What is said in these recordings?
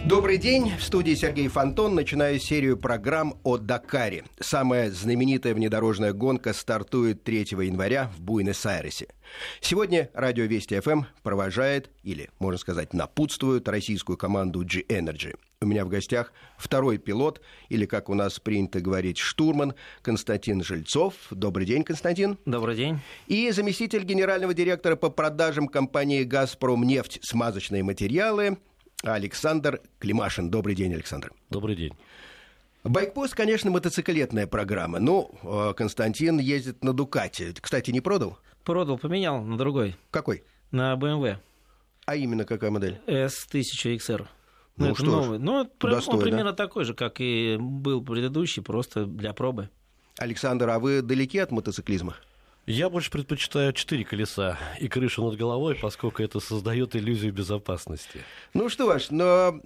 Добрый день. В студии Сергей Фонтон. Начинаю серию программ о Дакаре. Самая знаменитая внедорожная гонка стартует 3 января в Буэнос-Айресе. Сегодня радио Вести ФМ провожает, или, можно сказать, напутствует российскую команду G-Energy. У меня в гостях второй пилот, или, как у нас принято говорить, штурман Константин Жильцов. Добрый день, Константин. Добрый день. И заместитель генерального директора по продажам компании «Газпромнефть» смазочные материалы Александр Климашин. Добрый день, Александр. Добрый день. Байкпост, конечно, мотоциклетная программа. Ну, Константин ездит на Дукате. Кстати, не продал? Продал, поменял на другой. Какой? На BMW. А именно какая модель? S1000XR. Ну, это что новый. ж, он достойно. примерно такой же, как и был предыдущий, просто для пробы. Александр, а вы далеки от мотоциклизма? Я больше предпочитаю 4 колеса и крышу над головой, поскольку это создает иллюзию безопасности. Ну что ж, но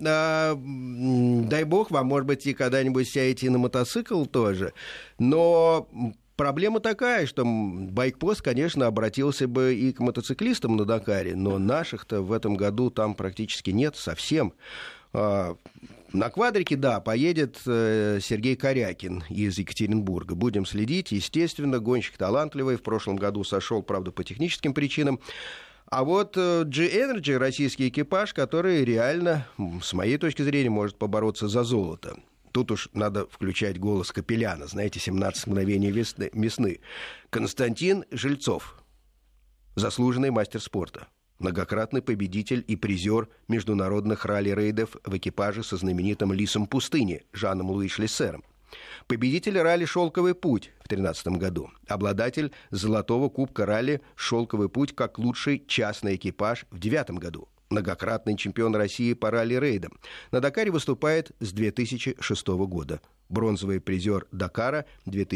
дай бог вам, может быть, и когда-нибудь сядете на мотоцикл тоже. Но проблема такая, что Байкпост, конечно, обратился бы и к мотоциклистам на Дакаре, но наших-то в этом году там практически нет совсем. На квадрике, да, поедет Сергей Корякин из Екатеринбурга. Будем следить. Естественно, гонщик талантливый. В прошлом году сошел, правда, по техническим причинам. А вот G-Energy, российский экипаж, который реально, с моей точки зрения, может побороться за золото. Тут уж надо включать голос Капеляна. Знаете, 17 мгновений весны. Константин Жильцов, заслуженный мастер спорта. Многократный победитель и призер международных ралли-рейдов в экипаже со знаменитым лисом пустыни Жаном Луи Шлиссером. Победитель ралли «Шелковый путь» в 2013 году. Обладатель золотого кубка ралли «Шелковый путь» как лучший частный экипаж в 2009 году. Многократный чемпион России по ралли-рейдам. На Дакаре выступает с 2006 года. Бронзовый призер Дакара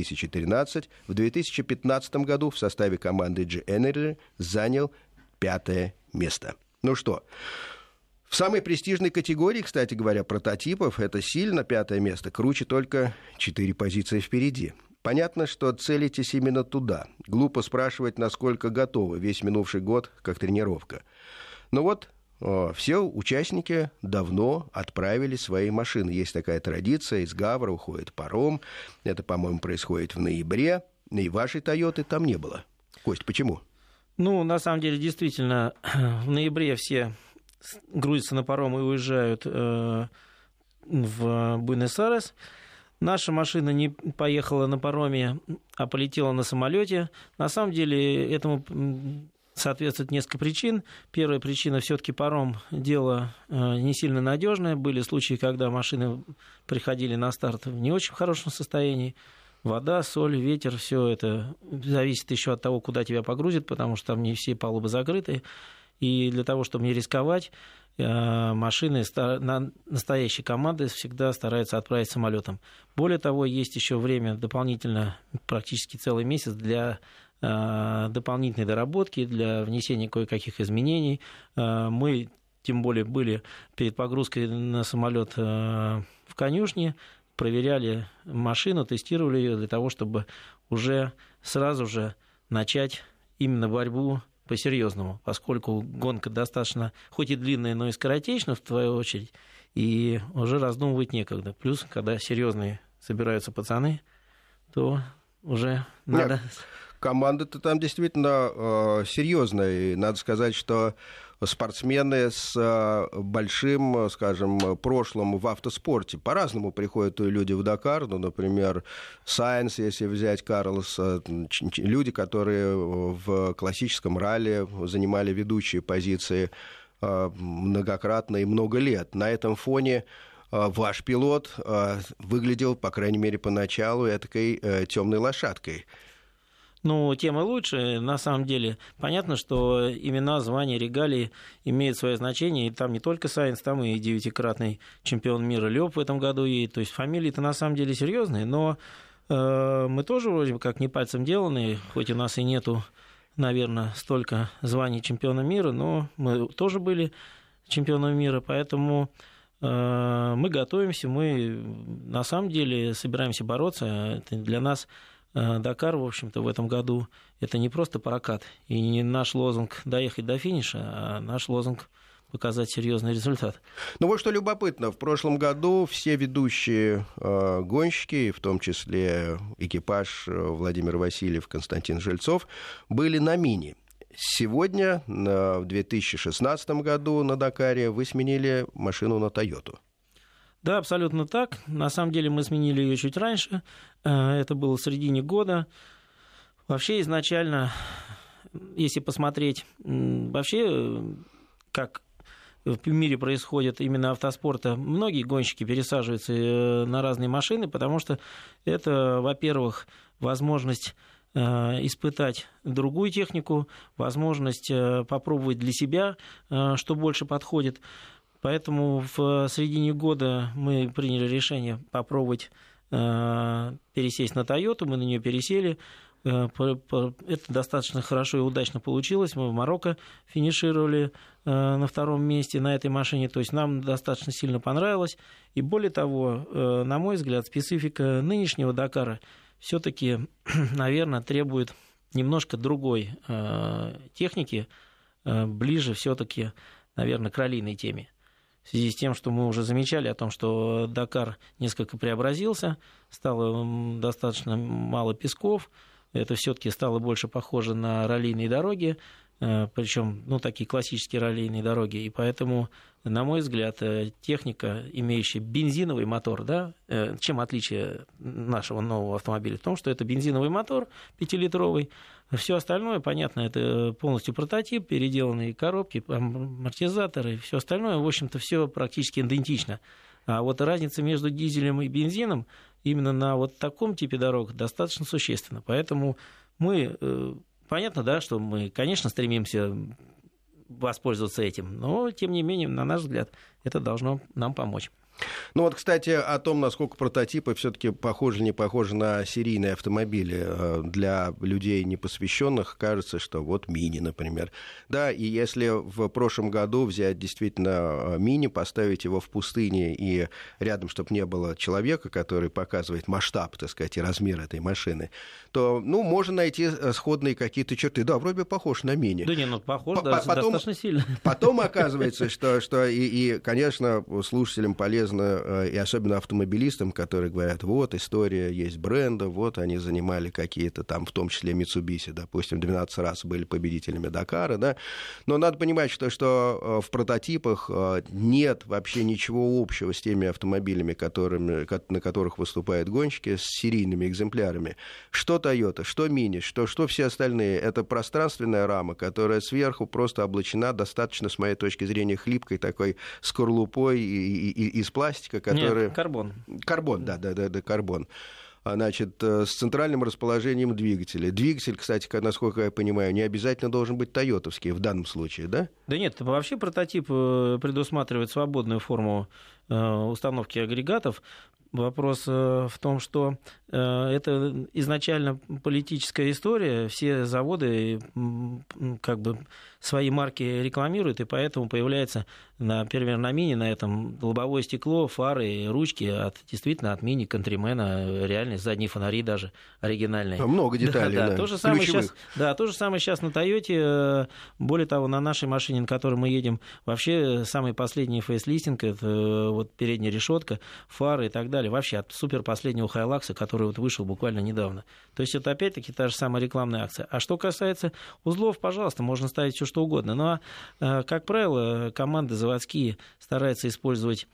2013. В 2015 году в составе команды G-Energy занял 5-е место. Ну что, в самой престижной категории, кстати говоря, прототипов, это сильно 5-е место, круче только 4 позиции впереди. Понятно, что целитесь именно туда. Глупо спрашивать, насколько готовы весь минувший год, как тренировка. Но вот все участники давно отправили свои машины. Есть такая традиция, из Гавра уходит паром. Это, по-моему, происходит в ноябре. И вашей «Тойоты» там не было. Кость, почему? Ну, на самом деле, действительно, в ноябре все грузятся на паром и уезжают в Буэнос-Айрес. Наша машина не поехала на пароме, а полетела на самолете. На самом деле, этому соответствует несколько причин. Первая причина, все-таки паром дело не сильно надежное. Были случаи, когда машины приходили на старт в не очень хорошем состоянии. Вода, соль, ветер, все это зависит еще от того, куда тебя погрузят, потому что там не все палубы закрыты. И для того, чтобы не рисковать, машины настоящей команды всегда стараются отправить самолетом. Более того, есть еще время дополнительно, практически целый месяц, для дополнительной доработки, для внесения кое-каких изменений. Мы, тем более, были перед погрузкой на самолет в конюшне, проверяли машину, тестировали ее для того, чтобы уже сразу же начать именно борьбу по-серьезному, поскольку гонка достаточно, хоть и длинная, но и скоротечна, в твою очередь, и уже раздумывать некогда. Плюс, когда серьезные собираются пацаны, то уже надо... Команда-то там действительно серьезная. И надо сказать, что спортсмены с большим, скажем, прошлым в автоспорте. По-разному приходят люди в Дакар. Ну, например, Сайнс, если взять Карлос, люди, которые в классическом ралли занимали ведущие позиции многократно и много лет. На этом фоне ваш пилот выглядел, по крайней мере, поначалу этакой темной лошадкой. Ну, тем и лучше. На самом деле, понятно, что имена, звания, регалии имеют свое значение. И там не только Сайнс, там и 9-кратный чемпион мира Лёб в этом году. И, то есть фамилии-то на самом деле серьезные, но мы тоже вроде бы как не пальцем деланные, хоть у нас и нету, наверное, столько званий чемпиона мира, но мы тоже были чемпионом мира, поэтому мы готовимся, мы на самом деле собираемся бороться. Это для нас Дакар, в общем-то, в этом году это не просто прокат, и не наш лозунг доехать до финиша, а наш лозунг показать серьезный результат. Ну вот что любопытно, в прошлом году все ведущие гонщики, в том числе экипаж Владимир Васильев, Константин Жильцов, были на Мини. Сегодня, в 2016 году на Дакаре, вы сменили машину на Тойоту. Да, абсолютно так. На самом деле мы сменили ее чуть раньше. Это было в середине года. Вообще изначально, если посмотреть, вообще как в мире происходит именно автоспорта, многие гонщики пересаживаются на разные машины, потому что это, во-первых, возможность испытать другую технику, возможность попробовать для себя, что больше подходит. Поэтому в середине года мы приняли решение попробовать пересесть на Toyota, мы на нее пересели. Это достаточно хорошо и удачно получилось. Мы в Марокко финишировали на втором месте на этой машине. То есть нам достаточно сильно понравилось. И более того, на мой взгляд, специфика нынешнего Дакара все-таки, наверное, требует немножко другой техники, ближе все-таки, наверное, к раллийной теме. В связи с тем, что мы уже замечали о том, что Дакар несколько преобразился, стало достаточно мало песков, это все-таки стало больше похоже на раллийные дороги, причем такие классические раллийные дороги, и поэтому, на мой взгляд, техника, имеющая бензиновый мотор, да, чем отличие нашего нового автомобиля? В том, что это бензиновый мотор 5-литровый, все остальное, понятно, это полностью прототип, переделанные коробки, амортизаторы, все остальное, в общем-то, все практически идентично. А вот разница между дизелем и бензином именно на вот таком типе дорог достаточно существенна. Поэтому мы, понятно, да, что мы, конечно, стремимся воспользоваться этим, но, тем не менее, на наш взгляд, это должно нам помочь. Ну вот, кстати, о том, насколько прототипы все-таки похожи, не похожи на серийные автомобили. Для людей непосвященных кажется, что вот Мини, например. Да, и если в прошлом году взять действительно Мини, поставить его в пустыне и рядом, чтобы не было человека, который показывает масштаб, так сказать, и размер этой машины, то, можно найти сходные какие-то черты. Да, вроде бы похож на Мини. Да не, похож, достаточно сильно. Потом оказывается, что конечно, слушателям полезно, и особенно автомобилистам, которые говорят, вот история есть бренда, вот они занимали какие-то там, в том числе Mitsubishi, допустим, 12 раз были победителями Дакара, да, но надо понимать, что в прототипах нет вообще ничего общего с теми автомобилями, на которых выступают гонщики, с серийными экземплярами. Что Toyota, что Mini, что все остальные, это пространственная рама, которая сверху просто облачена достаточно, с моей точки зрения, хлипкой такой скорлупой из пластика, который... Нет, карбон. Карбон, да, карбон. Значит, с центральным расположением двигателя. Двигатель, кстати, насколько я понимаю, не обязательно должен быть тойотовский в данном случае, да? Да нет, вообще прототип предусматривает свободную форму установки агрегатов. Вопрос в том, что это изначально политическая история, все заводы как бы свои марки рекламируют, и поэтому появляется, например, на Мини, на этом лобовое стекло, фары, ручки действительно от Мини, Кантримена, реальные задние фонари даже оригинальные. Много деталей, да. То же самое сейчас на Тойоте. Более того, на нашей машине, на которой мы едем, вообще самый последний фейслистинг, это вот передняя решетка, фары и так далее. Вообще от супер последнего Хайлакса, который вот вышел буквально недавно. То есть это опять-таки та же самая рекламная акция. А что касается узлов, пожалуйста, можно ставить все что угодно. Но, как правило, команды заводские стараются использовать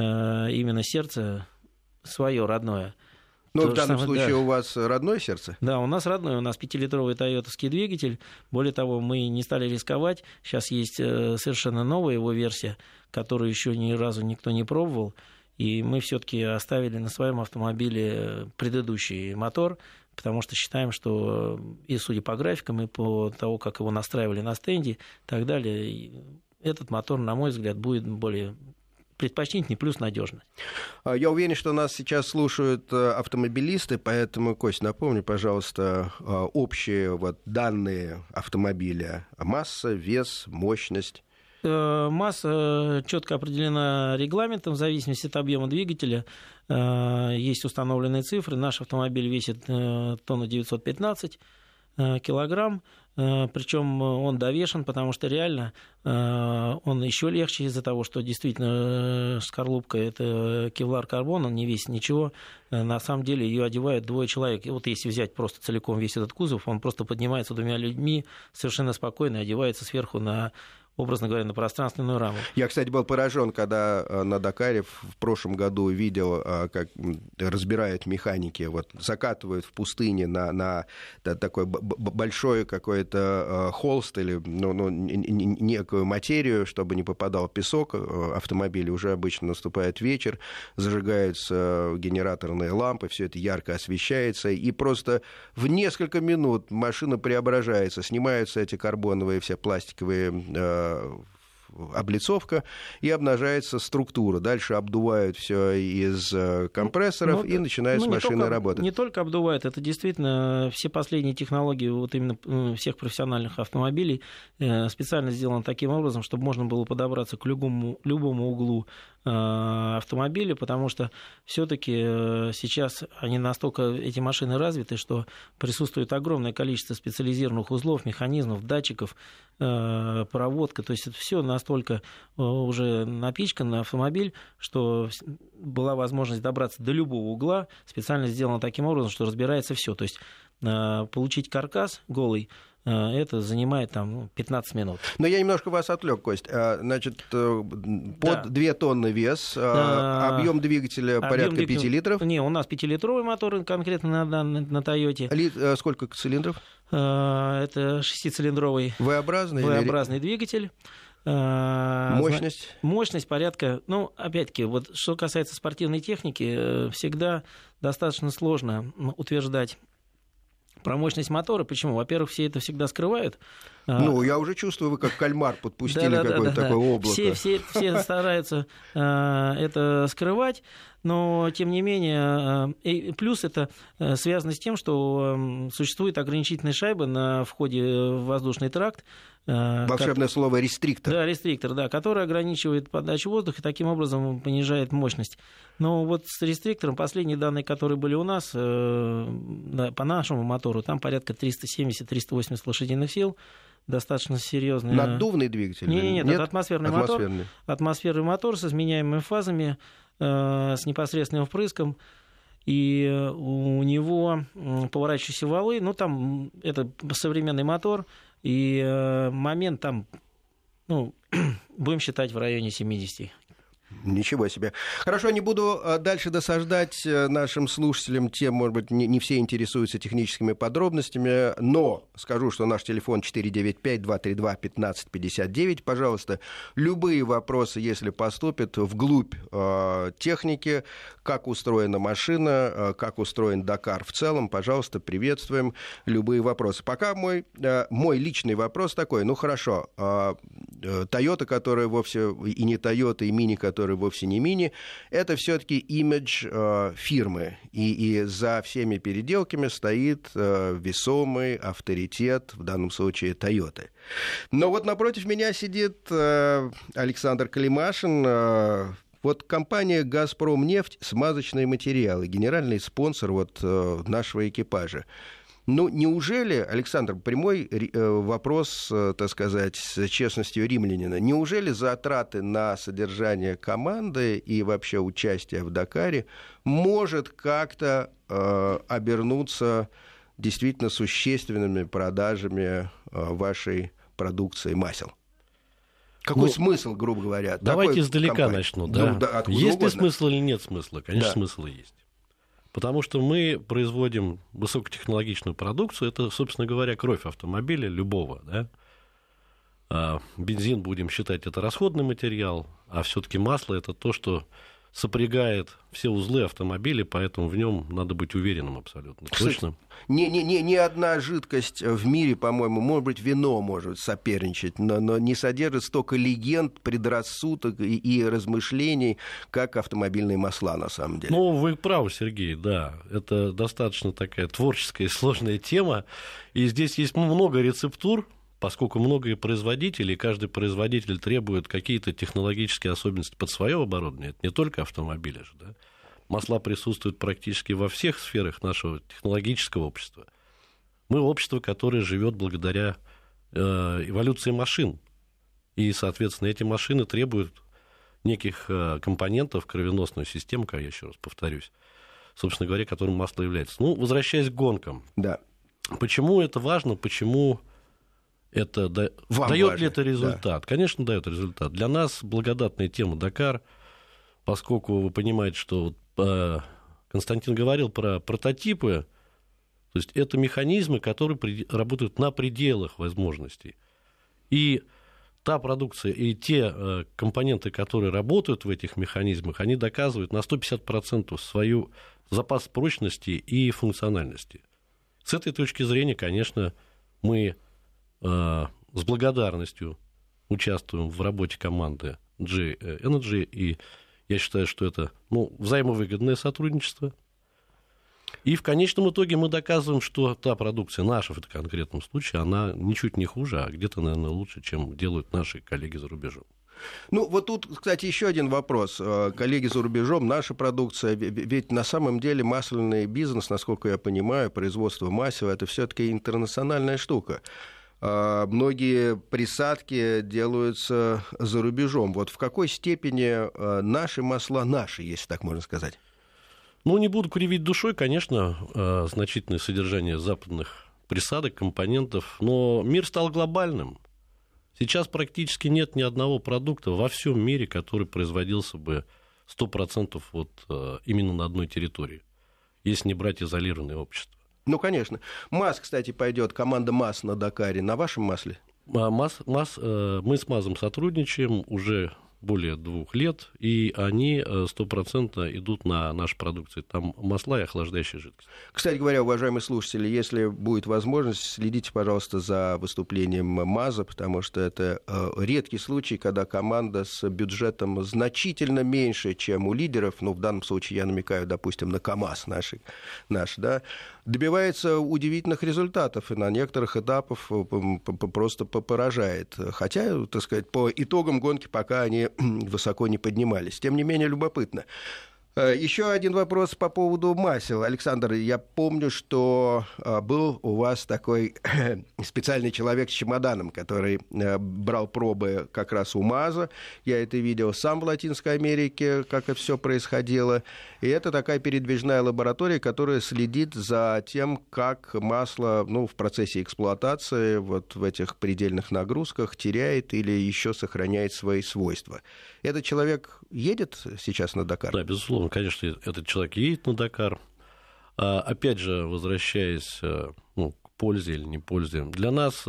именно сердце свое родное. Ну, в данном случае у вас родное сердце? Да, у нас родное, у нас 5-литровый тойотовский двигатель. Более того, мы не стали рисковать. Сейчас есть совершенно новая его версия, которую еще ни разу никто не пробовал. И мы все-таки оставили на своем автомобиле предыдущий мотор, потому что считаем, что и судя по графикам, и по тому, как его настраивали на стенде и так далее, этот мотор, на мой взгляд, будет более предпочтительный, плюс надежный. Я уверен, что нас сейчас слушают автомобилисты, поэтому, Кость, напомни, пожалуйста, общие данные автомобиля: масса, вес, мощность. Масса четко определена регламентом в зависимости от объема двигателя. Есть установленные цифры. Наш автомобиль весит 915 килограмм. причем он довешен, потому что реально он еще легче из-за того, что действительно скорлупка — это кевлар-карбон, он не весит ничего. На самом деле ее одевают двое человек. И вот если взять просто целиком весь этот кузов, он просто поднимается двумя людьми совершенно спокойно и одевается сверху на, образно говоря, на пространственную раму. Я, кстати, был поражен, когда на Дакаре в прошлом году видел, как разбирают механики, вот закатывают в пустыне на такой большой какой-то холст или некую материю, чтобы не попадал песок автомобиля. Уже обычно наступает вечер, зажигаются генераторные лампы, все это ярко освещается, и просто в несколько минут машина преображается, снимаются эти карбоновые все пластиковые облицовка, и обнажается структура. Дальше обдувают все из компрессоров, и начинает с машиной работать. Не только обдувают, это действительно все последние технологии вот именно всех профессиональных автомобилей специально сделаны таким образом, чтобы можно было подобраться к любому углу автомобиля, потому что все-таки сейчас они настолько, эти машины развиты, что присутствует огромное количество специализированных узлов, механизмов, датчиков, проводка, то есть это все настолько уже напичкано на автомобиль, что была возможность добраться до любого угла, специально сделано таким образом, что разбирается все. То есть получить каркас голый, это занимает там 15 минут. Но я немножко вас отвлек, Кость. Значит, под 2 тонны вес, объем двигателя порядка 5 литров. Не, у нас 5-литровый мотор конкретно на Toyota. Сколько цилиндров? Это 6-цилиндровый V-образный двигатель. Мощность? Мощность порядка... Ну, опять-таки, вот что касается спортивной техники, всегда достаточно сложно утверждать про мощность мотора. Почему? Во-первых, все это всегда скрывают. Ну, я уже чувствую, вы как кальмар подпустили какое-то такое облако. Все стараются это скрывать, но, тем не менее, плюс это связано с тем, что существует ограничительная шайба на входе в воздушный тракт. Волшебное слово «рестриктор». Да, рестриктор, да, который ограничивает подачу воздуха и таким образом понижает мощность. Но вот с рестриктором, последние данные, которые были у нас, по нашему мотору, там порядка 370-380 лошадиных сил, достаточно серьезный. Наддувный двигатель? Нет, это атмосферный мотор. Атмосферный мотор с изменяемыми фазами, с непосредственным впрыском. И у него поворачивающиеся валы, ну, там это современный мотор, и момент там, ну, будем считать, в районе 70. Ничего себе. Хорошо, не буду дальше досаждать нашим слушателям тем, может быть, не все интересуются техническими подробностями, но скажу, что наш телефон 495-232-1559. Пожалуйста, любые вопросы, если поступят, вглубь техники, как устроена машина, как устроен Дакар в целом, пожалуйста, приветствуем любые вопросы. Пока мой личный вопрос такой, ну хорошо, Toyota, которая вовсе и не Toyota, и Mini, который вовсе не мини, это все-таки имидж фирмы. И за всеми переделками стоит весомый авторитет, в данном случае Toyota. Но вот напротив меня сидит Александр Климашин. Вот компания «Газпромнефть», смазочные материалы, генеральный спонсор вот нашего экипажа. Ну, неужели, Александр, прямой вопрос, так сказать, с честностью римлянина, неужели затраты на содержание команды и вообще участие в Дакаре может как-то обернуться действительно существенными продажами вашей продукции масел? Какой смысл, грубо говоря? Давайте издалека начну. Да? Есть ли смысл или нет смысла? Конечно, да. Смысл есть. Потому что мы производим высокотехнологичную продукцию, это, собственно говоря, кровь автомобиля любого. Да? Бензин, будем считать, это расходный материал, а все-таки масло – это то, что сопрягает все узлы автомобиля, поэтому в нем надо быть уверенным абсолютно. Кстати, точно. Ни одна жидкость в мире, по-моему, может быть, вино может соперничать, но не содержит столько легенд, предрассудок и размышлений, как автомобильные масла, на самом деле. Ну, вы правы, Сергей, да. Это достаточно такая творческая и сложная тема, и здесь есть много рецептур, поскольку много производителей, каждый производитель требует какие-то технологические особенности под свое оборудование, это не только автомобили же, да? Масла присутствуют практически во всех сферах нашего технологического общества. Мы общество, которое живет благодаря эволюции машин. И, соответственно, эти машины требуют неких компонентов в кровеносную систему, как я еще раз повторюсь, собственно говоря, которым масло является. Ну, возвращаясь к гонкам. Да. Почему это важно? Почему это дает ли это результат? Да. Конечно, дает результат. Для нас благодатная тема Дакар, поскольку вы понимаете, что Константин говорил про прототипы, то есть это механизмы, которые работают на пределах возможностей. И та продукция и те компоненты, которые работают в этих механизмах, они доказывают на 150% свою запас прочности и функциональности. С этой точки зрения, конечно, мы с благодарностью участвуем в работе команды G-Energy, и я считаю, что это взаимовыгодное сотрудничество. И в конечном итоге мы доказываем, что та продукция наша в этом конкретном случае, она ничуть не хуже, а где-то, наверное, лучше, чем делают наши коллеги за рубежом. Ну, вот тут, кстати, еще один вопрос. Коллеги за рубежом, наша продукция, ведь на самом деле масляный бизнес, насколько я понимаю, производство масел, это все-таки интернациональная штука. Многие присадки делаются за рубежом. Вот в какой степени наши масла наши, если так можно сказать? Ну, не буду кривить душой, конечно, значительное содержание западных присадок, компонентов, но мир стал глобальным. Сейчас практически нет ни одного продукта во всем мире, который производился бы 100% вот именно на одной территории, если не брать изолированное общество. Ну, конечно. МАЗ, кстати, пойдет, команда МАЗ на Дакаре, на вашем масле? Мы с МАЗом сотрудничаем уже более 2 лет, и они 100% идут на нашу продукцию. Там масла и охлаждающие жидкости. Кстати говоря, уважаемые слушатели, если будет возможность, следите, пожалуйста, за выступлением МАЗа, потому что это редкий случай, когда команда с бюджетом значительно меньше, чем у лидеров, ну, в данном случае я намекаю, допустим, на КАМАЗ наш, да, добивается удивительных результатов, и на некоторых этапах просто поражает. Хотя, так сказать, по итогам гонки пока они высоко не поднимались. Тем не менее, любопытно. Еще один вопрос по поводу масел. Александр, я помню, что был у вас такой специальный человек с чемоданом, который брал пробы как раз у МАЗа. Я это видел сам в Латинской Америке, как это все происходило. И это такая передвижная лаборатория, которая следит за тем, как масло в процессе эксплуатации вот в этих предельных нагрузках теряет или еще сохраняет свои свойства. Этот человек едет сейчас на Дакар? Да, безусловно, конечно, этот человек едет на Дакар. Опять же, возвращаясь к пользе или не пользе, для нас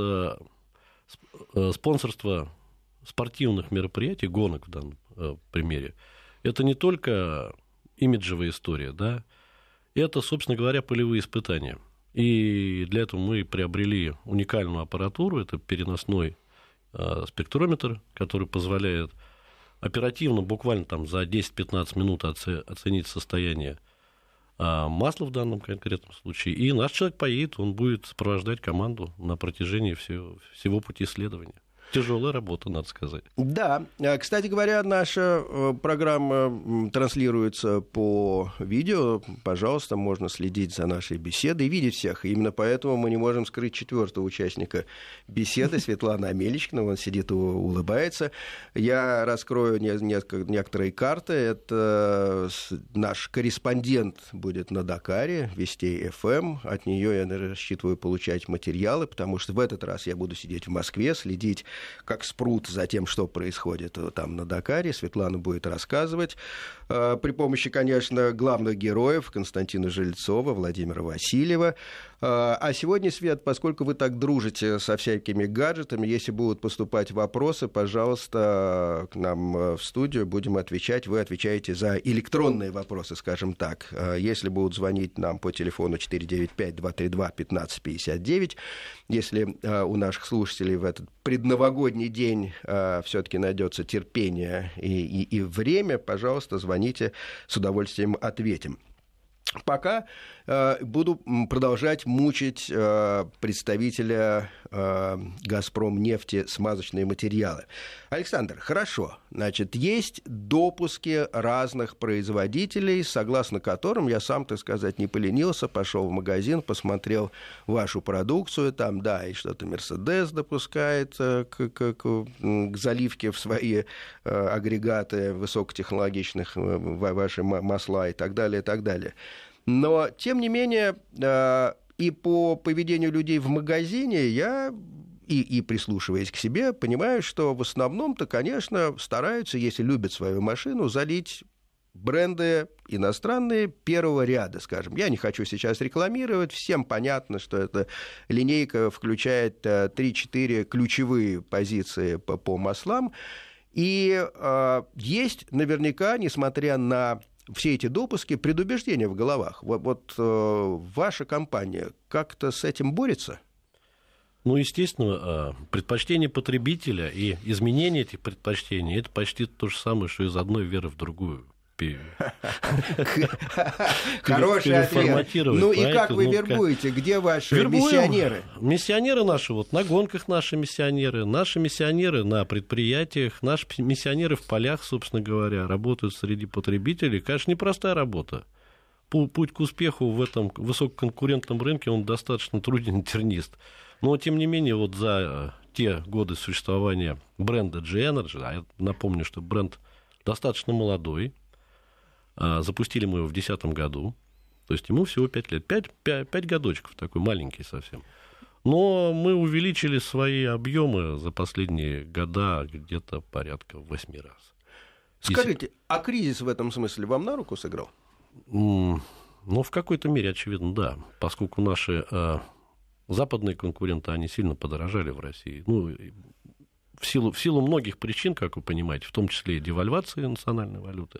спонсорство спортивных мероприятий, гонок в данном примере, это не только имиджевая история, да, это, собственно говоря, полевые испытания. И для этого мы приобрели уникальную аппаратуру, это переносной спектрометр, который позволяет оперативно, буквально там за 10-15 минут оценить состояние масла в данном конкретном случае. И наш человек поедет, он будет сопровождать команду на протяжении всего пути исследования. Тяжелая работа, надо сказать. Да. Кстати говоря, наша программа транслируется по видео. Пожалуйста, можно следить за нашей беседой и видеть всех. И именно поэтому мы не можем скрыть 4-го участника беседы, Светлана Амеличкина. Он сидит и улыбается. Я раскрою некоторые карты. Это наш корреспондент будет на Дакаре, Вестей ФМ. От нее я рассчитываю получать материалы, потому что в этот раз я буду сидеть в Москве, следить как спрут за тем, что происходит там на Дакаре. Светлана будет рассказывать при помощи, конечно, главных героев Константина Жильцова, Владимира Васильева. А сегодня, Свет, поскольку вы так дружите со всякими гаджетами, если будут поступать вопросы, пожалуйста, к нам в студию, будем отвечать. Вы отвечаете за электронные вопросы, скажем так. Если будут звонить нам по телефону 495-232-1559, если у наших слушателей в этот предновогодний день все-таки найдется терпение и время, пожалуйста, звоните, с удовольствием ответим. Пока буду продолжать мучить представителя «Газпромнефти» смазочные материалы. Александр, хорошо. Значит, есть допуски разных производителей, согласно которым я сам, так сказать, не поленился, пошел в магазин, посмотрел вашу продукцию, там, да, и что-то «Мерседес» допускает к заливке в свои агрегаты высокотехнологичных, ваши масла и так далее, и так далее. Но, тем не менее, и по поведению людей в магазине я, и прислушиваясь к себе, понимаю, что в основном-то, конечно, стараются, если любят свою машину, залить бренды иностранные первого ряда, скажем. Я не хочу сейчас рекламировать, всем понятно, что эта линейка включает 3-4 ключевые позиции по маслам. И есть наверняка, несмотря на все эти допуски, предубеждения в головах. Вот ваша компания как-то с этим борется? Ну, естественно, предпочтение потребителя и изменение этих предпочтений – это почти то же самое, что из одной веры в другую. Хороший ответ. Ну и как вы вербуете? Где ваши миссионеры? Миссионеры наши, вот на гонках наши миссионеры на предприятиях, наши миссионеры в полях, собственно говоря, работают среди потребителей. Конечно, непростая работа. Путь к успеху в этом высококонкурентном рынке, он достаточно труден и тернист. Но, тем не менее, вот за те годы существования бренда G-Energy, а я напомню, что бренд достаточно молодой, запустили мы его в 2010 году, то есть ему всего 5 лет, 5 годочков, такой маленький совсем. Но мы увеличили свои объемы за последние года где-то порядка в 8 раз. Скажите, а кризис в этом смысле вам на руку сыграл? Ну, в какой-то мере, очевидно, да, поскольку наши западные конкуренты, они сильно подорожали в России. Ну, в силу многих причин, как вы понимаете, в том числе и девальвации национальной валюты.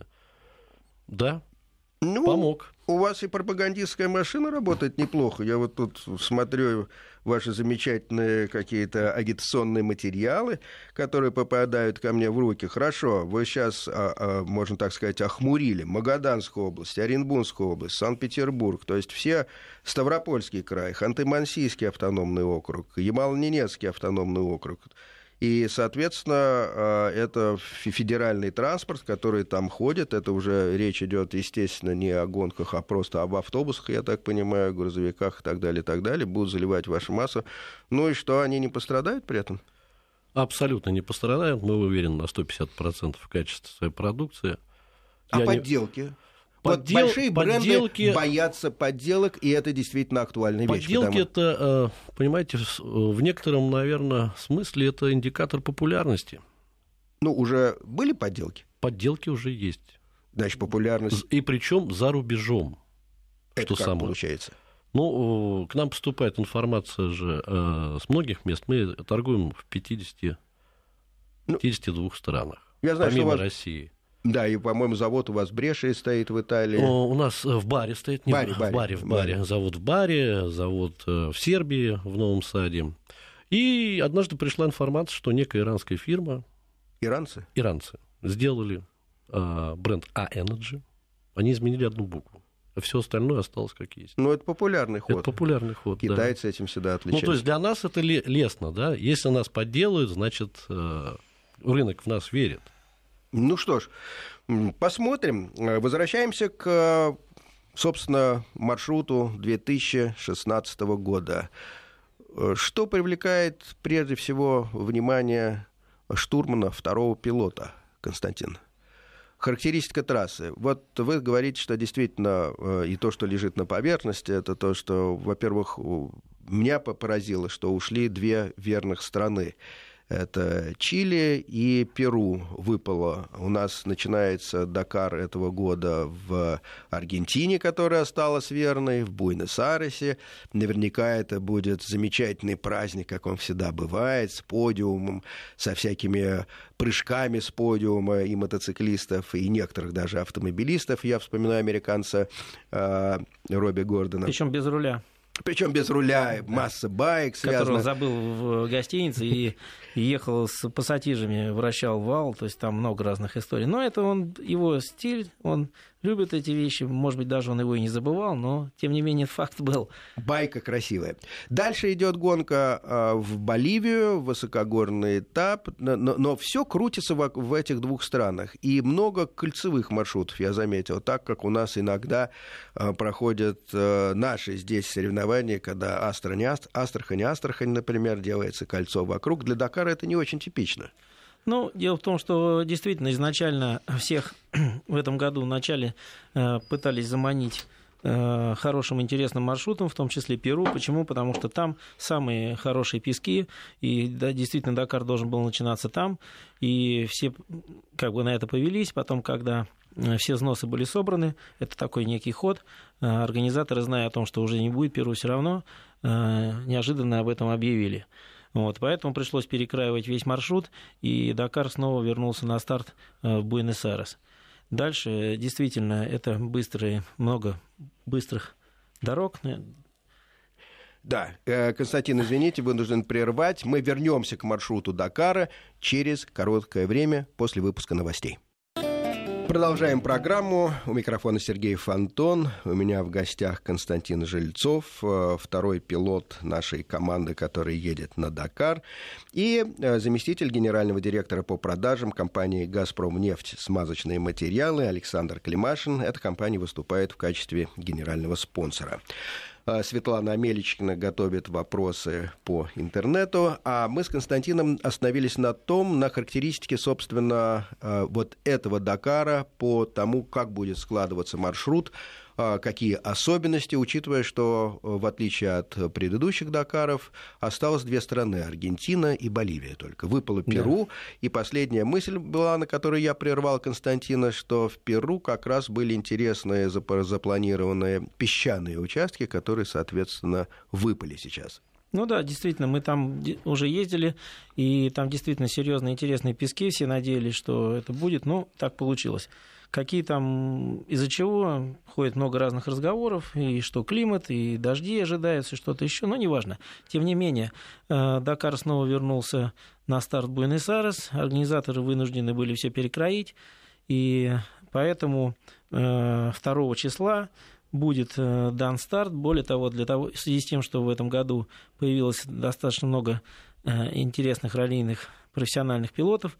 Да, помог. У вас и пропагандистская машина работает неплохо. Я вот тут смотрю ваши замечательные какие-то агитационные материалы, которые попадают ко мне в руки. Хорошо, вы сейчас, можно так сказать, охмурили Магаданскую область, Оренбургскую область, Санкт-Петербург, то есть все Ставропольский край, Ханты-Мансийский автономный округ, Ямало-Ненецкий автономный округ. И, соответственно, это федеральный транспорт, который там ходит. Это уже речь идет, естественно, не о гонках, а просто об автобусах, я так понимаю, грузовиках и так далее, и так далее. Будут заливать вашу массу. Ну и что, они не пострадают при этом? Абсолютно не пострадают. Мы уверены на 150% в качестве своей продукции. А подделки? Большие бренды боятся подделок, и это действительно актуальная вещь. Подделки это, понимаете, в некотором, наверное, смысле это индикатор популярности. Ну, уже были подделки? Подделки уже есть. Значит, популярность... И причем за рубежом. Это что как получается? Ну, к нам поступает информация же с многих мест. Мы торгуем в 52 странах, я знаю, помимо что России. Да, и, по-моему, завод у вас в Брешии стоит в Италии. У нас в Баре стоит. В Баре. Завод в Баре, завод в Сербии, в Новом Саде. И однажды пришла информация, что некая иранская фирма... Иранцы сделали бренд A-Energy. Они изменили одну букву. А все остальное осталось как есть. Ну, это популярный ход. Китайцы да. этим всегда отличаются. Ну, то есть для нас это лестно, да? Если нас подделают, значит, рынок в нас верит. Ну что ж, посмотрим. Возвращаемся к, собственно, маршруту 2016 года. Что привлекает прежде всего внимание штурмана, второго пилота, Константин? Характеристика трассы. Вот вы говорите, что действительно и то, что лежит на поверхности, это то, что, во-первых, меня поразило, что ушли две верных страны. Это Чили и Перу выпало. У нас начинается Дакар этого года в Аргентине, которая осталась верной, в Буэнос-Айресе. Наверняка это будет замечательный праздник, как он всегда бывает, с подиумом, со всякими прыжками с подиума и мотоциклистов, и некоторых даже автомобилистов. Я вспоминаю американца Робби Гордона. Причем без руля. Причем без руля, масса байк связана. Которого забыл в гостинице и и ехал с пассатижами, вращал вал, то есть там много разных историй. Но это его стиль, он любит эти вещи, может быть, даже он его и не забывал, но, тем не менее, факт был. Байка красивая. Дальше идет гонка в Боливию, высокогорный этап, но все крутится в этих двух странах. И много кольцевых маршрутов, я заметил, так как у нас иногда проходят наши здесь соревнования, когда Астрахань, например, делается кольцо вокруг. Для Дакара это не очень типично. Ну, дело в том, что действительно изначально всех в этом году вначале пытались заманить хорошим, интересным маршрутом, в том числе Перу. Почему? Потому что там самые хорошие пески, и да, действительно Дакар должен был начинаться там, и все как бы на это повелись. Потом, когда все взносы были собраны, это такой некий ход, организаторы, зная о том, что уже не будет Перу все равно, неожиданно об этом объявили. Вот, поэтому пришлось перекраивать весь маршрут, и Дакар снова вернулся на старт в Буэнос-Айрес. Дальше действительно это много быстрых дорог. Да, Константин, извините, вынужден прервать. Мы вернемся к маршруту Дакара через короткое время после выпуска новостей. Продолжаем программу. У микрофона Сергей Фонтон. У меня в гостях Константин Жильцов, второй пилот нашей команды, который едет на Дакар, и заместитель генерального директора по продажам компании «Газпромнефть. Смазочные материалы» Александр Климашин. Эта компания выступает в качестве генерального спонсора. Светлана Амеличкина готовит вопросы по интернету, а мы с Константином остановились на характеристике, собственно, вот этого Дакара по тому, как будет складываться маршрут, какие особенности, учитывая, что, в отличие от предыдущих Дакаров, осталось две страны, Аргентина и Боливия только. Выпало Перу, и последняя мысль была, на которой я прервал Константина, что в Перу как раз были интересные запланированные песчаные участки, которые, соответственно, выпали сейчас. Ну да, действительно, мы там уже ездили, и там действительно серьезные интересные пески, все надеялись, что это будет, но так получилось. Какие там, из-за чего, ходит много разных разговоров, и что климат, и дожди ожидаются, и что-то еще, но неважно. Тем не менее, Дакар снова вернулся на старт Буэнос-Айрес, организаторы вынуждены были все перекроить, и поэтому 2 числа будет дан старт. Более того, в связи с тем, что в этом году появилось достаточно много интересных раллийных профессиональных пилотов,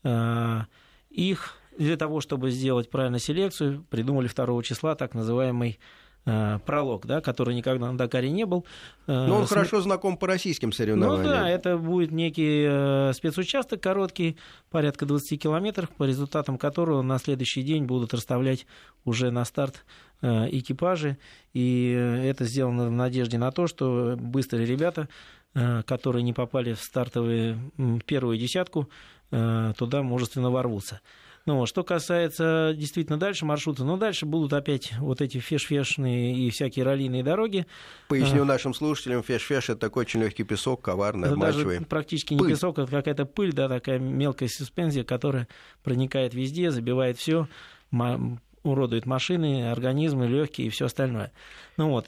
их для того, чтобы сделать правильную селекцию, придумали 2 числа так называемый пролог, да, который никогда на Дакаре не был. Но он хорошо знаком по российским соревнованиям. Ну да, это будет некий спецучасток короткий, порядка 20 километров, по результатам которого на следующий день будут расставлять уже на старт экипажи. И это сделано в надежде на то, что быстрые ребята, которые не попали в первую десятку, туда мужественно ворвутся. Ну, что касается действительно дальше маршрута, дальше будут опять вот эти феш-фешные и всякие раллийные дороги. Поясню нашим слушателям, феш-феш — это такой очень легкий песок, коварный, обманчивый. Даже практически не песок, это какая-то пыль, да, такая мелкая суспензия, которая проникает везде, забивает все, уродует машины, организмы, легкие и все остальное. Но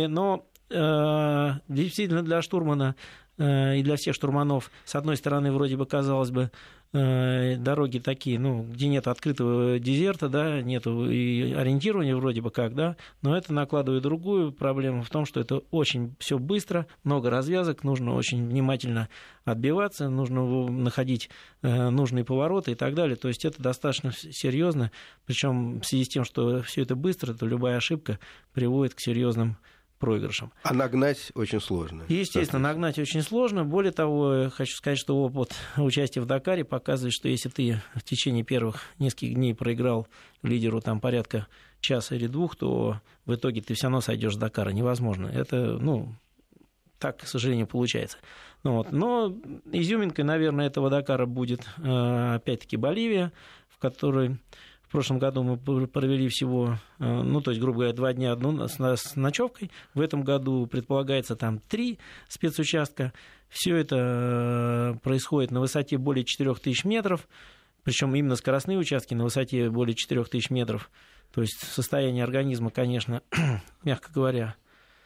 действительно для штурмана и для всех штурманов, с одной стороны, вроде бы, казалось бы, дороги такие, где нет открытого дезерта, да, нету и ориентирования вроде бы как, да, но это накладывает другую проблему в том, что это очень все быстро, много развязок, нужно очень внимательно отбиваться, нужно находить нужные повороты и так далее, то есть это достаточно серьезно, причем в связи с тем, что все это быстро, то любая ошибка приводит к серьезным проигрышем. А нагнать очень сложно. Естественно, нагнать очень сложно. Более того, хочу сказать, что опыт участия в Дакаре показывает, что если ты в течение первых нескольких дней проиграл лидеру там порядка часа или 2, то в итоге ты все равно сойдешь с Дакара. Невозможно. Это, так, к сожалению, получается. Но изюминкой, наверное, этого Дакара будет опять-таки Боливия, в которой в прошлом году мы провели всего, то есть, грубо говоря, 2 дня одну с ночевкой. В этом году предполагается там 3 спецучастка. Все это происходит на высоте более 4000 метров, причем именно скоростные участки на высоте более 4000 метров. То есть состояние организма, конечно, мягко говоря,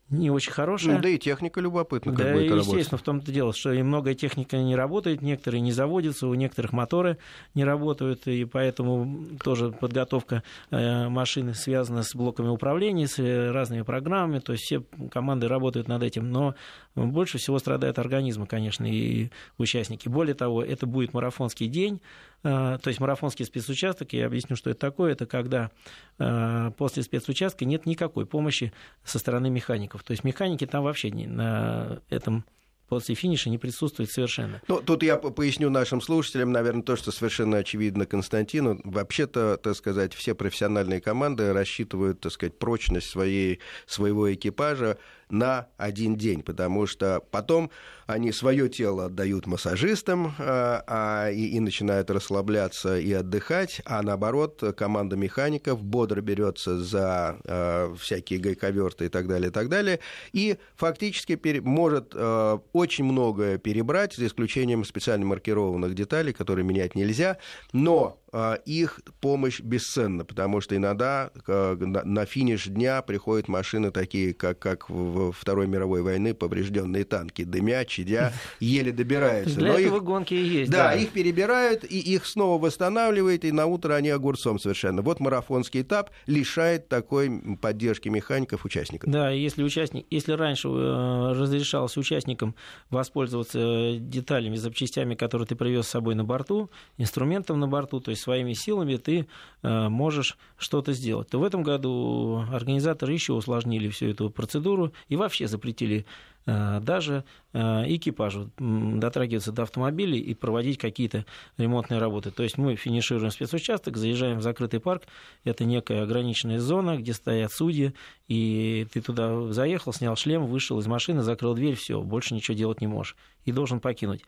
не очень хорошая. Да и техника любопытна, как да, будет работать. Естественно, в том-то дело, что и многое техника не работает, некоторые не заводятся, у некоторых моторы не работают, и поэтому тоже подготовка машины связана с блоками управления, с разными программами, то есть все команды работают над этим, но больше всего страдают организмы, конечно, и участники. Более того, это будет марафонский день, то есть марафонский спецучасток, я объясню, что это такое, это когда после спецучастка нет никакой помощи со стороны механиков. То есть механики там вообще на этом после финиша не присутствуют совершенно. Ну, тут я поясню нашим слушателям, наверное, то, что совершенно очевидно Константину. Вообще-то, так сказать, все профессиональные команды рассчитывают, так сказать, прочность своего экипажа на один день, потому что потом они свое тело отдают массажистам и начинают расслабляться и отдыхать, а наоборот, команда механиков бодро берется за всякие гайковерты и так далее, и фактически может очень многое перебрать, за исключением специально маркированных деталей, которые менять нельзя, но их помощь бесценна, потому что иногда на финиш дня приходят машины такие, как во Второй мировой войны, поврежденные танки, дымя, чадя, еле добираются. Для этого гонки и есть. Да, их перебирают, и их снова восстанавливают, и на утро они огурцом совершенно. Вот марафонский этап лишает такой поддержки механиков участников. Да, если раньше разрешалось участникам воспользоваться деталями, запчастями, которые ты привез с собой на борту, инструментом на борту, то есть своими силами ты можешь что-то сделать, то в этом году организаторы еще усложнили всю эту процедуру и вообще запретили даже экипажу дотрагиваться до автомобилей и проводить какие-то ремонтные работы. То есть мы финишируем спецучасток, заезжаем в закрытый парк, это некая ограниченная зона, где стоят судьи, и ты туда заехал, снял шлем, вышел из машины, закрыл дверь, все, больше ничего делать не можешь и должен покинуть.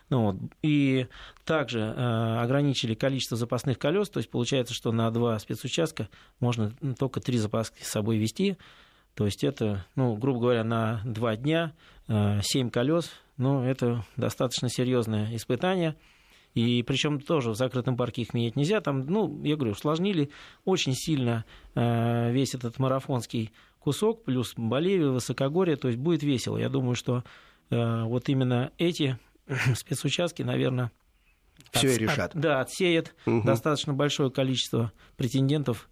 И также ограничили количество запасных колес, то есть получается, что на 2 спецучастка можно только 3 запаски с собой везти, то есть это, грубо говоря, на 2 дня 7 колес, это достаточно серьезное испытание. И причем тоже в закрытом парке их менять нельзя. Там, я говорю, усложнили очень сильно весь этот марафонский кусок, плюс Боливия, высокогорье, то есть будет весело. Я думаю, что вот именно эти спецучастки, наверное, все и решат. Отсеят достаточно большое количество претендентов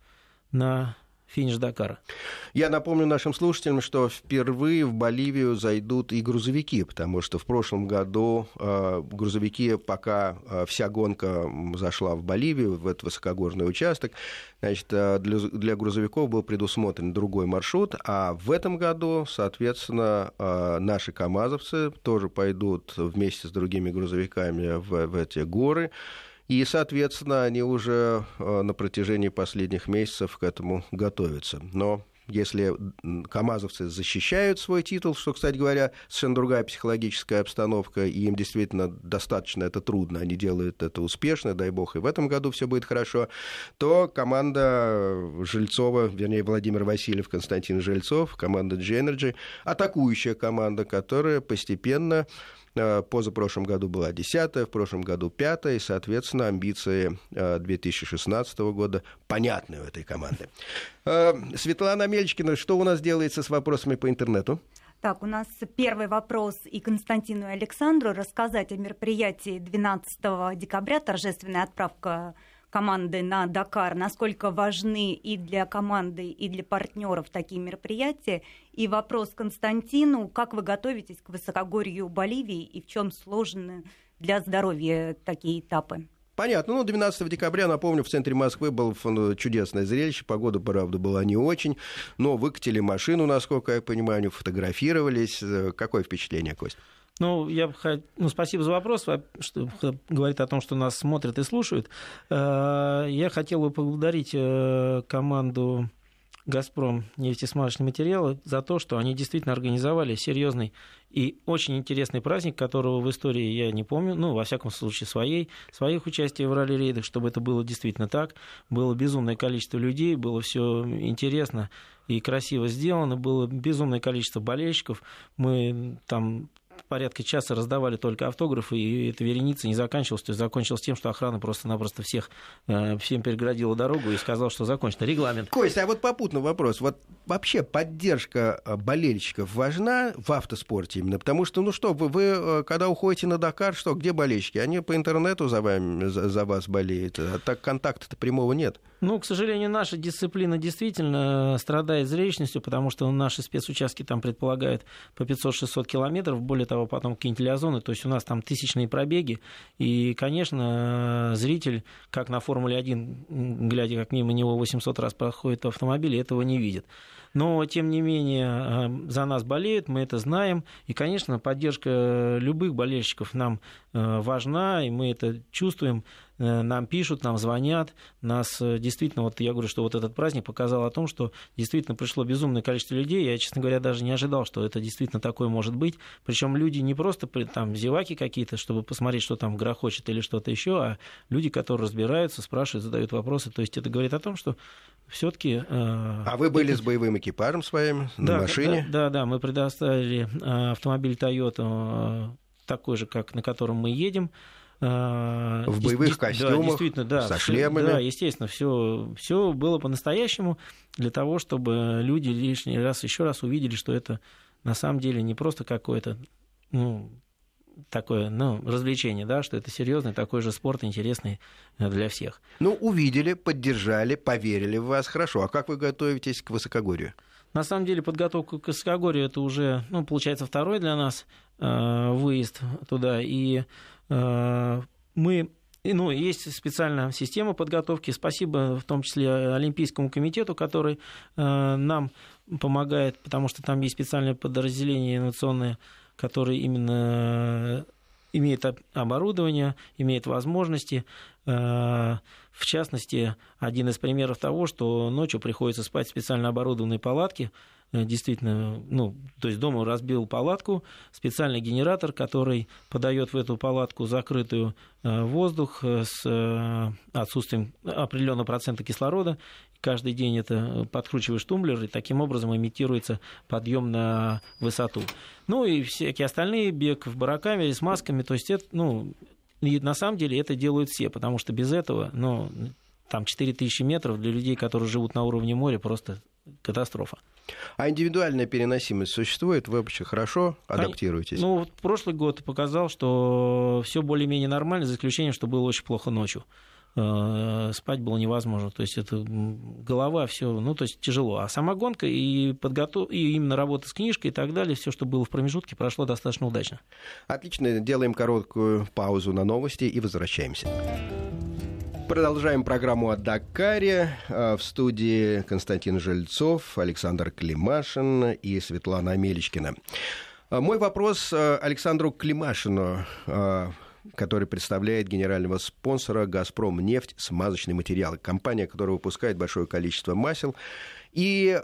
на финиш Дакара. Я напомню нашим слушателям, что впервые в Боливию зайдут и грузовики, потому что в прошлом году грузовики, пока вся гонка зашла в Боливию, в этот высокогорный участок, значит, для грузовиков был предусмотрен другой маршрут, а в этом году, соответственно, наши камазовцы тоже пойдут вместе с другими грузовиками в эти горы. И, соответственно, они уже на протяжении последних месяцев к этому готовятся. Но если камазовцы защищают свой титул, что, кстати говоря, совершенно другая психологическая обстановка, и им действительно достаточно это трудно, они делают это успешно, дай бог, и в этом году все будет хорошо, то команда Жильцова, вернее, Владимир Васильев, Константин Жильцов, команда G-Energy, атакующая команда, которая постепенно... Позапрошлом году была 10-я, в прошлом году 5-я, и, соответственно, амбиции 2016 года понятны у этой команды. Светлана Мельчкина, что у нас делается с вопросами по интернету? Так, у нас первый вопрос и Константину, и Александру. Рассказать о мероприятии 12 декабря, торжественная отправка команды на Дакар, насколько важны и для команды, и для партнеров такие мероприятия. И вопрос Константину: как вы готовитесь к высокогорью Боливии и в чем сложны для здоровья такие этапы? Понятно. 12 декабря, напомню, в центре Москвы было чудесное зрелище. Погода, правда, была не очень, но выкатили машину, насколько я понимаю, они фотографировались. Какое впечатление, Кость? Спасибо за вопрос, что говорит о том, что нас смотрят и слушают. Я хотел бы поблагодарить команду «Газпром» нефтесмазочные материалы за то, что они действительно организовали серьезный и очень интересный праздник, которого в истории я не помню, во всяком случае своих участий в ралли-рейдах, чтобы это было действительно так. Было безумное количество людей, было все интересно и красиво сделано, было безумное количество болельщиков. Мы там порядка часа раздавали только автографы, и эта вереница не заканчивалась. То есть закончилась тем, что охрана просто-напросто всем переградила дорогу и сказала, что закончен регламент. Костя, а вот попутный вопрос. Вот вообще поддержка болельщиков важна в автоспорте именно? Потому что, вы когда уходите на Дакар, где болельщики? Они по интернету за вас болеют, а так контакта-то прямого нет. К сожалению, наша дисциплина действительно страдает зрелищностью, потому что наши спецучастки там предполагают по 500-600 километров, более того, потом какие-нибудь лиазоны, то есть у нас там тысячные пробеги, и, конечно, зритель, как на Формуле-1, глядя, как мимо него 800 раз проходит автомобиль, этого не видит. Но, тем не менее, за нас болеют, мы это знаем, и, конечно, поддержка любых болельщиков нам важна, и мы это чувствуем. Нам пишут, нам звонят, нас действительно, я говорю, что этот праздник показал о том, что действительно пришло безумное количество людей. Я, честно говоря, даже не ожидал, что это действительно такое может быть. Причем люди не просто там зеваки какие-то, чтобы посмотреть, что там грохочет или что-то еще, а люди, которые разбираются, спрашивают, задают вопросы. То есть это говорит о том, что все-таки... А вы были с боевым экипажем своим на машине? Да, мы предоставили автомобиль Toyota такой же, как на котором мы едем. В боевых костюмах, со шлемами. Да, естественно, все было по-настоящему для того, чтобы люди еще раз увидели, что это на самом деле не просто какое-то такое развлечение, да, что это серьезный такой же спорт, интересный для всех. Увидели, поддержали, поверили в вас, хорошо. А как вы готовитесь к высокогорью? На самом деле подготовка к высокогорью это уже, получается, второй для нас выезд туда, и есть специальная система подготовки. Спасибо в том числе Олимпийскому комитету, который нам помогает, потому что там есть специальное подразделение инновационное, которое именно имеет оборудование, имеет возможности. В частности, один из примеров того, что ночью приходится спать в специально оборудованной палатке. Действительно, то есть дома разбил палатку, специальный генератор, который подает в эту палатку закрытую воздух с отсутствием определенного процента кислорода. Каждый день это подкручиваешь тумблер, и таким образом имитируется подъем на высоту. И всякие остальные, бег в барокамере с масками, то есть это, и на самом деле это делают все, потому что без этого, там 4000 метров для людей, которые живут на уровне моря, просто катастрофа. А индивидуальная переносимость существует? Вы вообще хорошо адаптируетесь? Прошлый год показал, что все более-менее нормально, за исключением, что было очень плохо ночью. Спать было невозможно. То есть это голова, все, то есть тяжело. А сама гонка и именно работа с книжкой и так далее, все, что было в промежутке, прошло достаточно удачно. Отлично. Делаем короткую паузу на новости и возвращаемся. Продолжаем программу о Дакаре. В студии Константин Жильцов, Александр Климашин и Светлана Амелечкина. Мой вопрос Александру Климашину, который представляет генерального спонсора «Газпромнефть» смазочные материалы. Компания, которая выпускает большое количество масел. И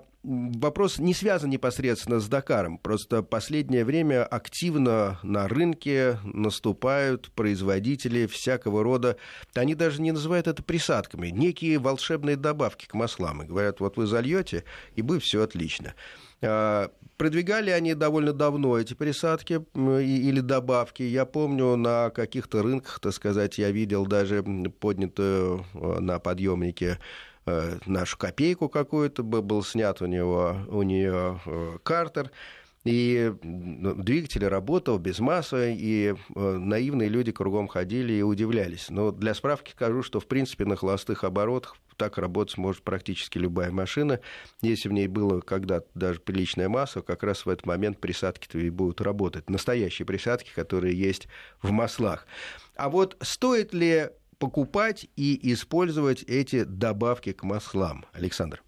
вопрос не связан непосредственно с Дакаром. Просто последнее время активно на рынке наступают производители всякого рода, они даже не называют это присадками, некие волшебные добавки к маслам. И говорят, вы зальете, и будет все отлично. Продвигали они довольно давно эти присадки или добавки. Я помню, на каких-то рынках, так сказать, я видел даже поднятую на подъемнике нашу копейку какую-то, был снят у нее картер, и двигатель работал без масла, и наивные люди кругом ходили и удивлялись. Но для справки скажу, что в принципе на холостых оборотах так работать может практически любая машина. Если в ней было когда-то даже приличное масло, как раз в этот момент присадки-то и будут работать. Настоящие присадки, которые есть в маслах. А стоит ли покупать и использовать эти добавки к маслам, Александр?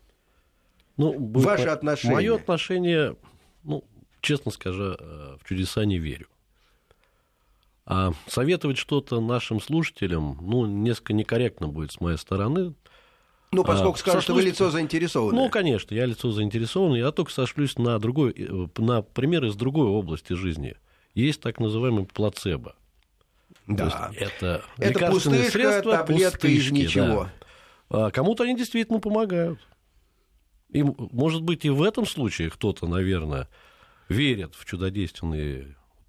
Ваше отношение? Мое отношение, честно скажу, в чудеса не верю. А советовать что-то нашим слушателям, несколько некорректно будет с моей стороны. Поскольку скажут, что вы лицо заинтересованное. Конечно, я лицо заинтересованное. Я только сошлюсь на пример из другой области жизни. Есть так называемый плацебо. Да. Это лекарственные средства, таблетка из ничего. Да. Кому-то они действительно помогают. И, может быть, и в этом случае кто-то, наверное, верит в чудодейственные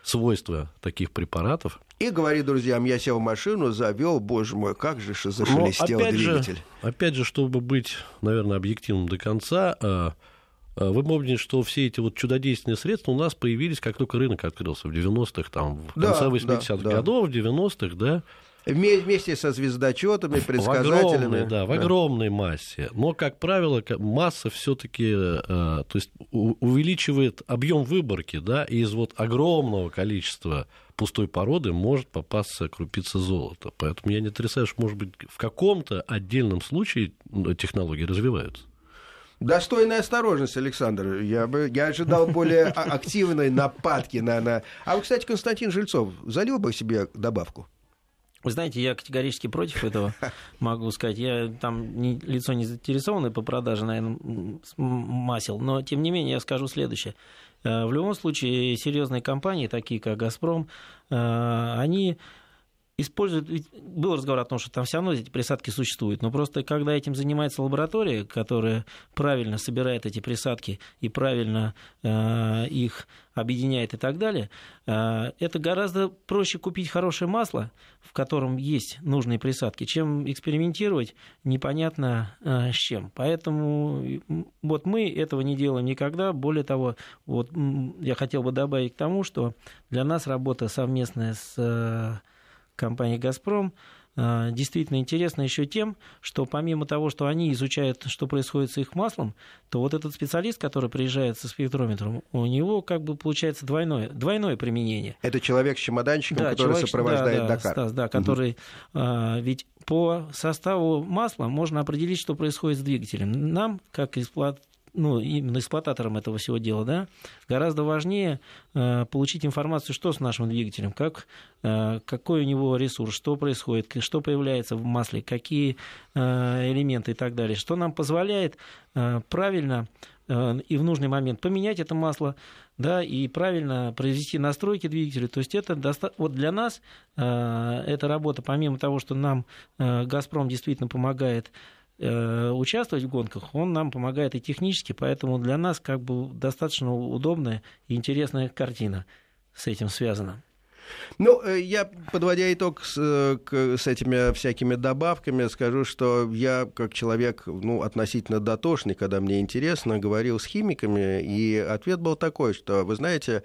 свойства таких препаратов. И говорит друзьям, я сел в машину, завел, боже мой, как же зашелестел двигатель. Опять же, чтобы быть, наверное, объективным до конца, вы помните, что все эти вот чудодейственные средства у нас появились, как только рынок открылся, в 90-х, там, в конце 80-х годов, в 90-х, да. Вместе со звездочетами, предсказателями. В огромной массе. Но, как правило, масса все-таки, то есть увеличивает объем выборки, да, и из вот огромного количества пустой породы может попасться крупица золота. Поэтому я не отрицаю, что, может быть, в каком-то отдельном случае технологии развиваются. Достойная осторожность, Александр. Я ожидал более активной нападки на... А вы, кстати, Константин Жильцов залил бы себе добавку? Вы знаете, я категорически против этого, могу сказать. Я там лицо не заинтересованное по продаже, наверное, масел, но, тем не менее, я скажу следующее. В любом случае, серьезные компании, такие как «Газпром», они используют... Был разговор о том, что там все равно эти присадки существуют, но просто когда этим занимается лаборатория, которая правильно собирает эти присадки и правильно их объединяет и так далее, это гораздо проще купить хорошее масло, в котором есть нужные присадки, чем экспериментировать непонятно с чем. Поэтому вот мы этого не делаем никогда. Более того, вот я хотел бы добавить к тому, что для нас работа совместная с компанией «Газпром» действительно интересно еще тем, что помимо того, что они изучают, что происходит с их маслом, то вот этот специалист, который приезжает со спектрометром, у него как бы получается двойное применение. Это человек с чемоданчиком, который сопровождает Дакар. Стас, который ведь по составу масла можно определить, что происходит с двигателем. Нам, как именно эксплуататорам этого всего дела, да, гораздо важнее получить информацию, что с нашим двигателем, какой у него ресурс, что происходит, что появляется в масле, какие элементы и так далее, что нам позволяет правильно и в нужный момент поменять это масло, да, и правильно произвести настройки двигателя. То есть это вот для нас эта работа, помимо того, что нам «Газпром» действительно помогает участвовать в гонках, он нам помогает и технически, поэтому для нас как бы достаточно удобная и интересная картина с этим связана. Я, подводя итог с этими всякими добавками, скажу, что я, как человек относительно дотошный, когда мне интересно, говорил с химиками, и ответ был такой, что, вы знаете,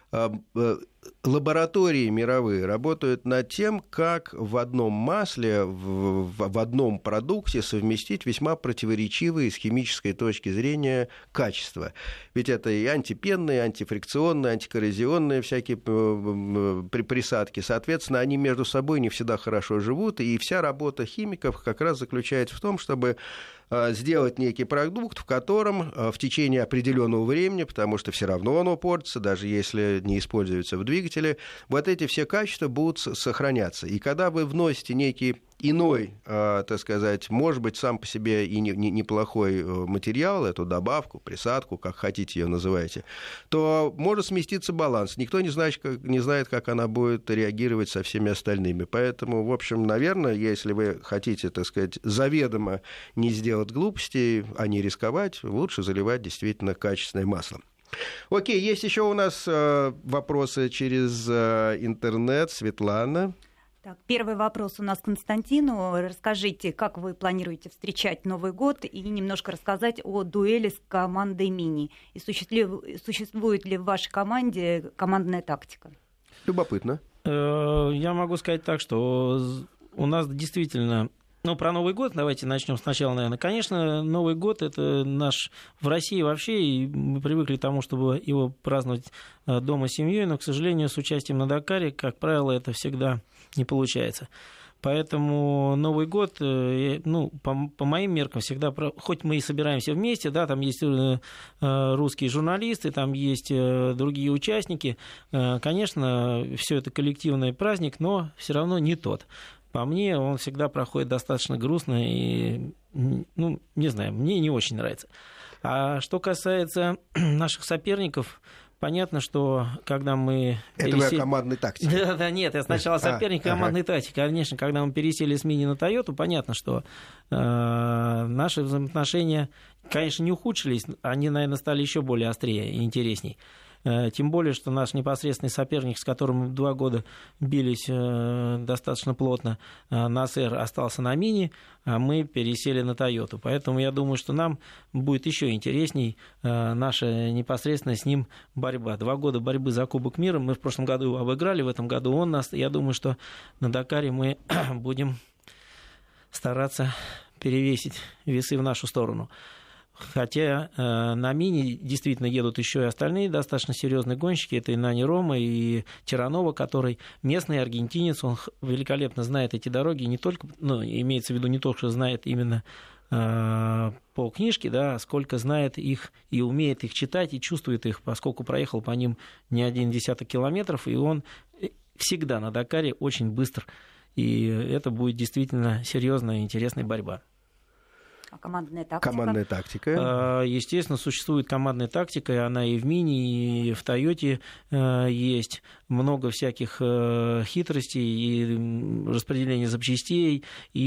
лаборатории мировые работают над тем, как в одном масле, в одном продукте совместить весьма противоречивые с химической точки зрения качества. Ведь это и антипенные, антифрикционные, антикоррозионные всякие присадки. Соответственно, они между собой не всегда хорошо живут, и вся работа химиков как раз заключается в том, чтобы сделать некий продукт, в котором в течение определенного времени, потому что все равно оно портится, даже если не используется в двигателе, вот эти все качества будут сохраняться. И когда вы вносите некий иной, так сказать, может быть, сам по себе и неплохой материал, эту добавку, присадку, как хотите ее называйте, то может сместиться баланс. Никто не знает, как она будет реагировать со всеми остальными. Поэтому, в общем, наверное, если вы хотите, так сказать, заведомо не сделать глупостей, а не рисковать, лучше заливать действительно качественное масло. Окей, есть еще у нас вопросы через интернет. Светлана. Так, первый вопрос у нас к Константину. Расскажите, как вы планируете встречать Новый год, и немножко рассказать о дуэли с командой «Мини». И существует ли в вашей команде командная тактика? Любопытно. Я могу сказать так, что у нас действительно... про Новый год давайте начнем сначала, наверное. Конечно, Новый год – это наш в России вообще, и мы привыкли к тому, чтобы его праздновать дома с семьей, но, к сожалению, с участием на Дакаре, как правило, это всегда не получается. Поэтому Новый год, по моим меркам, всегда, хоть мы и собираемся вместе, да, там есть русские журналисты, там есть другие участники, конечно, все это коллективный праздник, но все равно не тот. По мне, он всегда проходит достаточно грустно и, не знаю, мне не очень нравится. А что касается наших соперников, понятно, что когда мы... Это вы о командной тактике? Да, нет, я сначала соперник командной тактики. Конечно, когда мы пересели с Мини на Тойоту, понятно, что наши взаимоотношения, конечно, не ухудшились, они, наверное, стали еще более острее и интересней. Тем более, что наш непосредственный соперник, с которым мы 2 года бились достаточно плотно, Насер остался на Мини, а мы пересели на Тойоту. Поэтому я думаю, что нам будет еще интересней наша непосредственно с ним борьба. 2 года борьбы за Кубок мира. Мы в прошлом году его обыграли, в этом году он нас. Я думаю, что на Дакаре мы будем стараться перевесить весы в нашу сторону. Хотя на Мини действительно едут еще и остальные достаточно серьезные гонщики. Это и Нани Рома, и Тиранова, который местный аргентинец. Он великолепно знает эти дороги. Не только, имеется в виду не только, что знает именно по книжке, да, сколько знает их и умеет их читать, и чувствует их, поскольку проехал по ним не 1 десяток километров, и он всегда на Дакаре очень быстр. И это будет действительно серьезная и интересная борьба. А командная тактика? Командная тактика. Естественно, существует командная тактика, и она и в Мини, и в Тойоте есть. Много всяких хитростей, и распределение запчастей,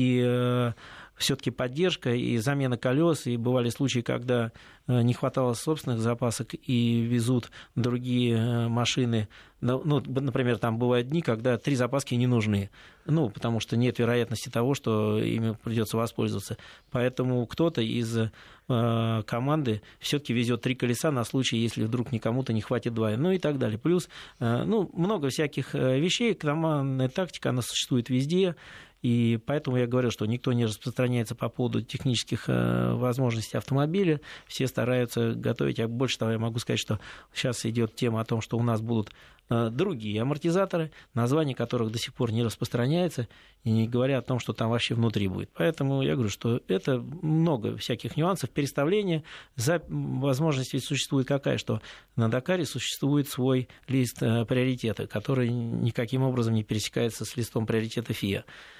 и все-таки поддержка, и замена колес, и бывали случаи, когда не хватало собственных запасок, и везут другие машины. Например, там бывают дни, когда 3 запаски не нужны, потому что нет вероятности того, что ими придется воспользоваться. Поэтому кто-то из команды все-таки везет 3 колеса на случай, если вдруг никому-то не хватит 2, и так далее. Плюс много всяких вещей. Командная тактика, она существует везде. И поэтому я говорю, что никто не распространяется по поводу технических возможностей автомобиля. Все стараются готовить. Больше того, я могу сказать, что сейчас идет тема о том, что у нас будут другие амортизаторы, название которых до сих пор не распространяется, и не говоря о том, что там вообще внутри будет. Поэтому я говорю, что это много всяких нюансов, переставления. Возможность ведь существует какая, что на Дакаре сустствует свой лист приоритета, который никаким образом не пересекается с листом приоритета ФИА.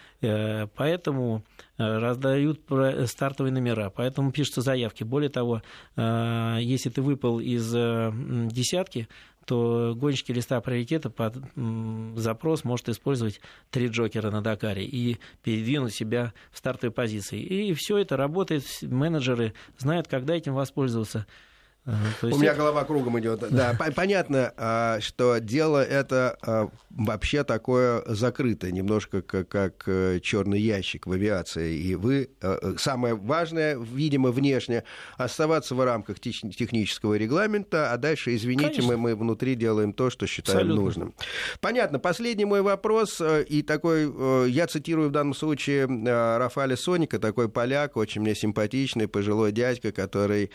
Поэтому раздают стартовые номера, поэтому пишутся заявки. Более того, если ты выпал из десятки, то гонщики листа приоритета под запрос может использовать 3 джокера на Дакаре и передвинуть себя в стартовые позиции. И все это работает, менеджеры знают, когда этим воспользоваться. У меня голова кругом идет. Да, понятно, что дело это вообще такое закрытое, немножко как черный ящик в авиации. И вы, самое важное, видимо, внешне, оставаться в рамках технического регламента, а дальше, извините, мы внутри делаем то, что считаем абсолютно нужным. Понятно. Последний мой вопрос, и такой, я цитирую в данном случае Рафаэля Соника, такой поляк, очень мне симпатичный, пожилой дядька, который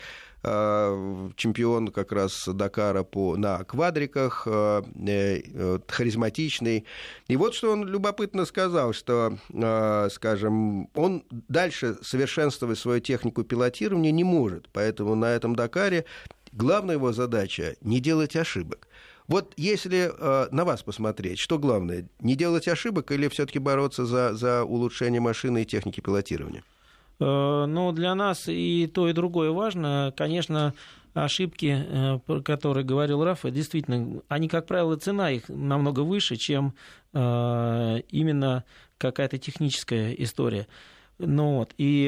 чемпион как раз Дакара на квадриках, харизматичный. И вот что он любопытно сказал, что, скажем, он дальше совершенствовать свою технику пилотирования не может. Поэтому на этом Дакаре главная его задача — не делать ошибок. Вот если на вас посмотреть, что главное, не делать ошибок или все-таки бороться за улучшение машины и техники пилотирования? Ну, для нас и то, и другое важно. Конечно, ошибки, про которые говорил Рафа, действительно, они, как правило, цена их намного выше, чем именно какая-то техническая история. Но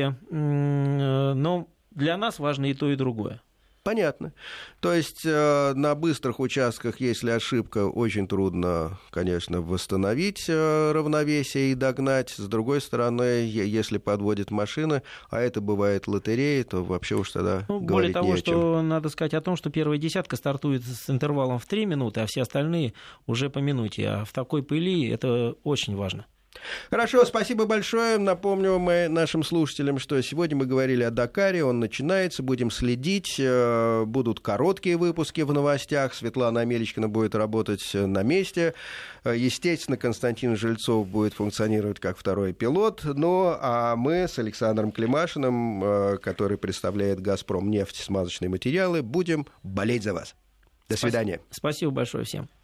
для нас важно и то, и другое. Понятно. То есть на быстрых участках, если ошибка, очень трудно, конечно, восстановить равновесие и догнать. С другой стороны, если подводит машина, а это бывает лотерея, то вообще уж тогда говорить не о чем. Более того, что надо сказать о том, что первая десятка стартует с интервалом в 3 минуты, а все остальные уже по минуте. А в такой пыли это очень важно. Хорошо, спасибо большое. Напомню нашим слушателям, что сегодня мы говорили о Дакаре, он начинается, будем следить, будут короткие выпуски в новостях, Светлана Амелечкина будет работать на месте, естественно, Константин Жильцов будет функционировать как второй пилот, а мы с Александром Климашиным, который представляет «Газпром» нефть, смазочные материалы, будем болеть за вас. До свидания. Спасибо большое всем.